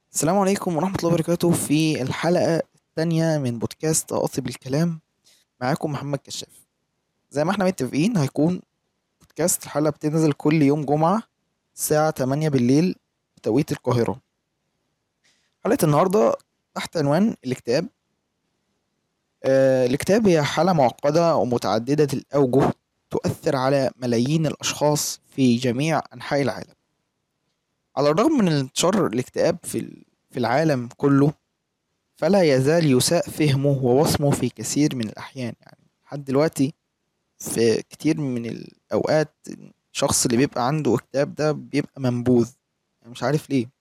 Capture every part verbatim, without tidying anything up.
السلام عليكم ورحمة الله وبركاته. في الحلقة الثانية من بودكاست أطيب الكلام، معاكم محمد كشاف. زي ما احنا متفقين، هيكون بودكاست الحلقة بتنزل كل يوم جمعة الساعة تمانية بالليل بتوقيت القاهرة. حلقة النهاردة تحت عنوان الاكتئاب. آه الاكتئاب هي حالة معقدة ومتعددة الأوجه، تؤثر على ملايين الأشخاص في جميع أنحاء العالم. على الرغم من انتشار الاكتئاب في في العالم كله، فلا يزال يساء فهمه ووصمه في كثير من الأحيان. يعني لحد دلوقتي في كتير من الأوقات الشخص اللي بيبقى عنده اكتئاب ده بيبقى منبوذ، يعني مش عارف ليه.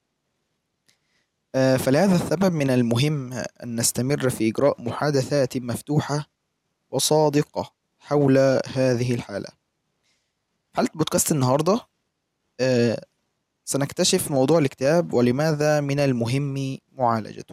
آه، فلهذا السبب من المهم أن نستمر في إجراء محادثات مفتوحة وصادقة حول هذه الحالة. حالة بودكاست النهاردة، آه، سنكتشف موضوع الاكتئاب ولماذا من المهم معالجته.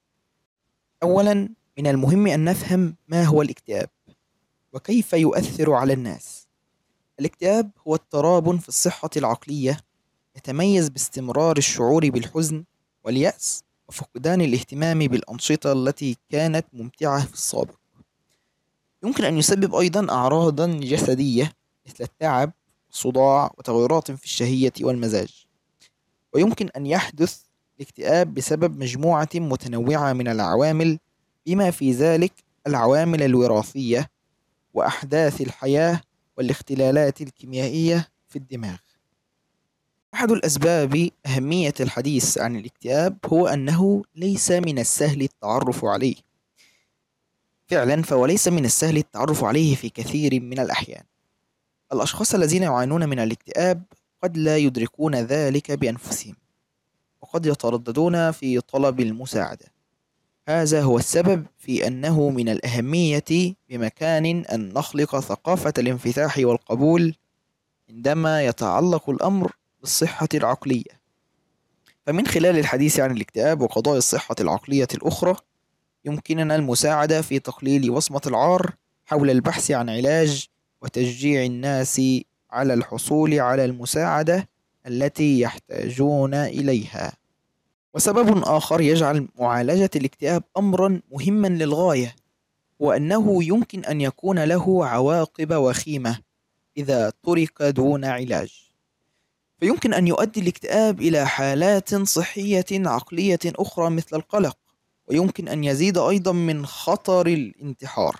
أولا، من المهم أن نفهم ما هو الاكتئاب وكيف يؤثر على الناس. الاكتئاب هو اضطراب في الصحة العقلية، يتميز باستمرار الشعور بالحزن واليأس وفقدان الاهتمام بالأنشطة التي كانت ممتعة في السابق. يمكن أن يسبب أيضا أعراضا جسدية مثل التعب والصداع وتغيرات في الشهية والمزاج. ويمكن أن يحدث الاكتئاب بسبب مجموعة متنوعة من العوامل، بما في ذلك العوامل الوراثية وأحداث الحياة والاختلالات الكيميائية في الدماغ. أحد الأسباب أهمية الحديث عن الاكتئاب هو أنه ليس من السهل التعرف عليه. فعلا فهو ليس من السهل التعرف عليه في كثير من الأحيان. الأشخاص الذين يعانون من الاكتئاب قد لا يدركون ذلك بأنفسهم، وقد يترددون في طلب المساعدة. هذا هو السبب في أنه من الأهمية بمكان أن نخلق ثقافة الانفتاح والقبول عندما يتعلق الأمر بالصحة العقلية. فمن خلال الحديث عن الاكتئاب وقضايا الصحة العقلية الأخرى، يمكننا المساعدة في تقليل وصمة العار حول البحث عن علاج وتشجيع الناس على الحصول على المساعدة التي يحتاجون إليها. وسبب آخر يجعل معالجة الاكتئاب أمرا مهما للغاية هو أنه يمكن أن يكون له عواقب وخيمة إذا ترك دون علاج. فيمكن أن يؤدي الاكتئاب إلى حالات صحية عقلية أخرى مثل القلق، ويمكن أن يزيد أيضا من خطر الانتحار.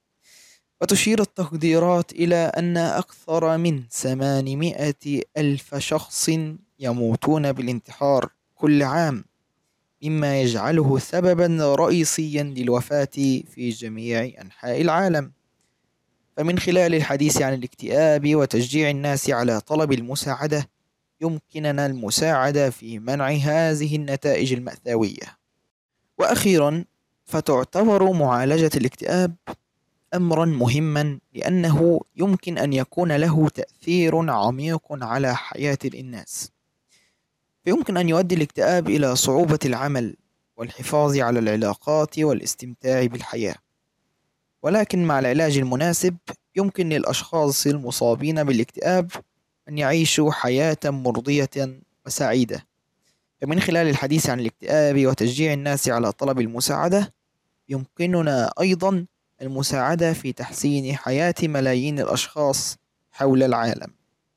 وتشير التقديرات إلى أن أكثر من ثمانمائة ألف شخص يموتون بالانتحار كل عام، مما يجعله سببا رئيسيا للوفاة في جميع أنحاء العالم. فمن خلال الحديث عن الاكتئاب وتشجيع الناس على طلب المساعدة، يمكننا المساعدة في منع هذه النتائج المأساوية. وأخيرا، فتعتبر معالجة الاكتئاب أمرا مهما لأنه يمكن أن يكون له تأثير عميق على حياة الناس. فيمكن أن يؤدي الاكتئاب إلى صعوبة العمل والحفاظ على العلاقات والاستمتاع بالحياة. ولكن مع العلاج المناسب، يمكن للأشخاص المصابين بالاكتئاب أن يعيشوا حياة مرضية وسعيدة. فمن خلال الحديث عن الاكتئاب وتشجيع الناس على طلب المساعدة، يمكننا أيضا المساعدة في تحسين حياة ملايين الأشخاص حول العالم.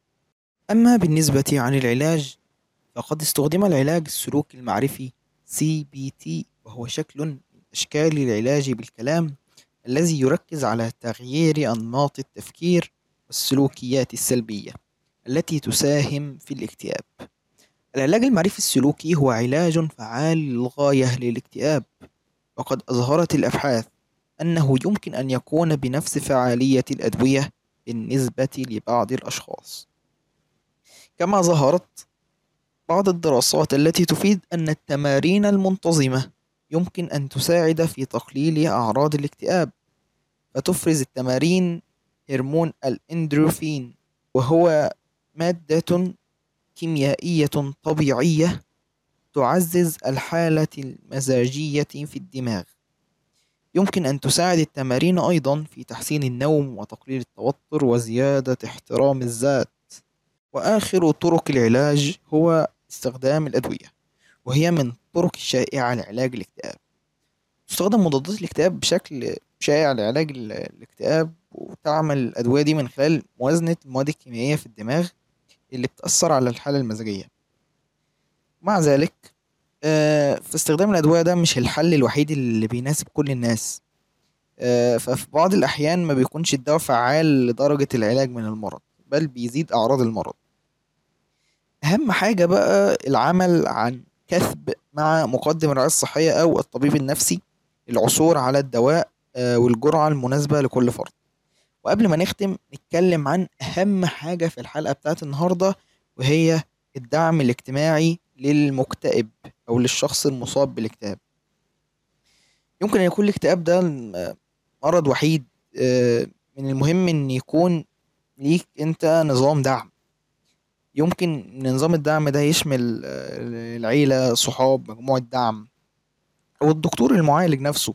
أما بالنسبة عن العلاج، فقد استخدم العلاج السلوكي المعرفي سي بي تي، وهو شكل من أشكال العلاج بالكلام الذي يركز على تغيير أنماط التفكير والسلوكيات السلبية التي تساهم في الاكتئاب. العلاج المعرفي السلوكي هو علاج فعال للغاية للاكتئاب، وقد أظهرت الأبحاث أنه يمكن أن يكون بنفس فعالية الأدوية بالنسبة لبعض الأشخاص. كما ظهرت بعض الدراسات التي تفيد أن التمارين المنتظمة يمكن أن تساعد في تقليل أعراض الاكتئاب. فتفرز التمارين هرمون الإندروفين، وهو مادة كيميائية طبيعية تعزز الحالة المزاجية في الدماغ. يمكن أن تساعد التمارين أيضا في تحسين النوم وتقليل التوتر وزيادة احترام الذات. وآخر طرق العلاج هو استخدام الأدوية، وهي من الطرق الشائعة لعلاج الاكتئاب. تستخدم مضادات الاكتئاب بشكل شائع لعلاج ال- الاكتئاب، وتعمل الأدوية دي من خلال موازنة المواد الكيميائية في الدماغ اللي بتأثر على الحالة المزاجية. مع ذلك آه، فاستخدام الأدوية ده مش الحل الوحيد اللي بيناسب كل الناس. آه، ففي بعض الأحيان ما بيكونش الدواء فعال لدرجة العلاج من المرض، بل بيزيد أعراض المرض. أهم حاجة بقى العمل عن كثب مع مقدم الرعاية الصحية أو الطبيب النفسي العثور على الدواء آه، والجرعة المناسبة لكل فرد. وقبل ما نختم نتكلم عن أهم حاجة في الحلقة بتاعت النهاردة، وهي الدعم الاجتماعي للمكتئب أو للشخص المصاب بالاكتئاب. يمكن أن يكون الاكتئاب ده مرض وحيد. آه، من المهم ان يكون ليك انت نظام دعم. يمكن ان نظام الدعم ده يشمل آه، العيلة، صحاب، مجموعة دعم، او الدكتور المعالج نفسه.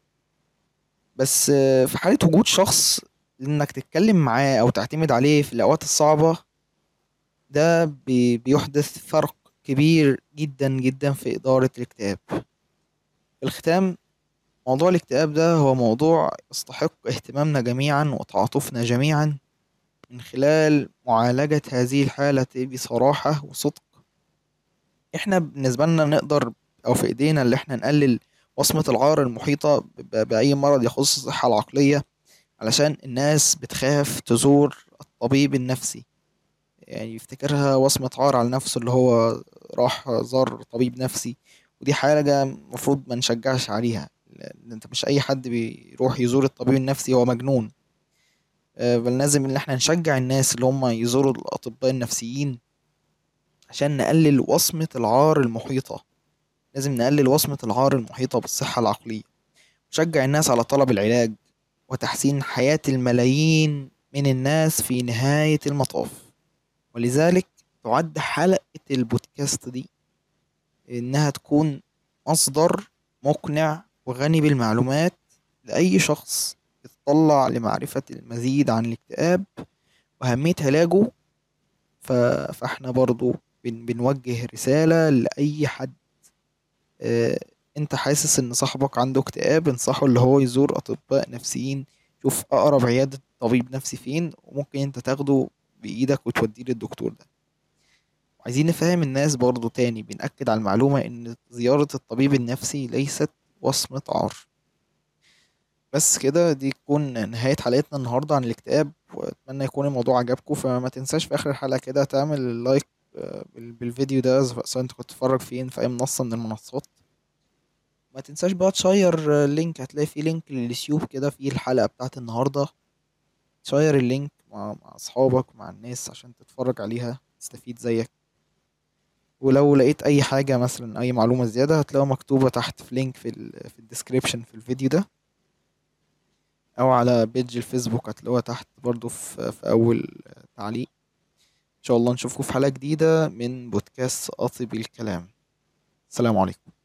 بس آه، في حالة وجود شخص انك تتكلم معاه او تعتمد عليه في الاوقات الصعبة، ده بي- بيحدث فرق كبير جدا جدا في إدارة الاكتئاب. في الختام، موضوع الاكتئاب ده هو موضوع يستحق اهتمامنا جميعا وتعاطفنا جميعا من خلال معالجة هذه الحالة بصراحة وصدق. احنا بالنسبة لنا نقدر او في ايدينا اللي احنا نقلل وصمة العار المحيطة ب- بأي مرض يخص الصحة العقلية، علشان الناس بتخاف تزور الطبيب النفسي. يعني يفتكرها وصمة عار على نفسه اللي هو راح زار طبيب نفسي، ودي حاجة المفروض ما نشجعش عليها، لأن انت مش اي حد بيروح يزور الطبيب النفسي هو مجنون. آه، بل لازم ان احنا نشجع الناس اللي هم يزوروا الاطباء النفسيين عشان نقلل وصمة العار المحيطة. لازم نقلل وصمة العار المحيطة بالصحة العقلية، نشجع الناس على طلب العلاج وتحسين حياة الملايين من الناس في نهاية المطاف. ولذلك تعد حلقة البودكاست دي إنها تكون مصدر مقنع وغني بالمعلومات لأي شخص يتطلع لمعرفة المزيد عن الاكتئاب وأهمية علاجه. ف... فاحنا برضو بن... بنوجه رسالة لأي حد. اه... انت حاسس ان صاحبك عنده اكتئاب، انصحه اللي هو يزور اطباء نفسيين. شوف اقرب عيادة طبيب نفسي فين، وممكن انت تاخده بايدك وتوديه للدكتور ده. عايزين نفهم الناس برضو تاني، بنأكد على المعلومة ان زيارة الطبيب النفسي ليست وصمة عار. بس كده دي تكون نهاية حلقتنا النهاردة عن الاكتئاب، وأتمنى يكون الموضوع عجبكم. فما تنساش في آخر الحلقة كده تعمل لايك آه، بال- بالفيديو ده، سواء انت كنت تتفرج فين في أي منصة من المنصات. ما تنساش بقى تشير آه، اللينك، هتلاقي فيه لينك لليوتيوب كده فيه الحلقة بتاعت النهاردة. شير اللينك مع مع أصحابك، مع الناس عشان تتفرج عليها تستفيد زيك. ولو لقيت أي حاجة مثلا أي معلومة زيادة هتلاقيها مكتوبة تحت في لينك في ال في الديسكريبشن في الفيديو ده، او على بيج الفيسبوك هتلاقوها تحت برضو في, في اول تعليق. ان شاء الله نشوفكم في حلقة جديدة من بودكاست قاطب الكلام. السلام عليكم.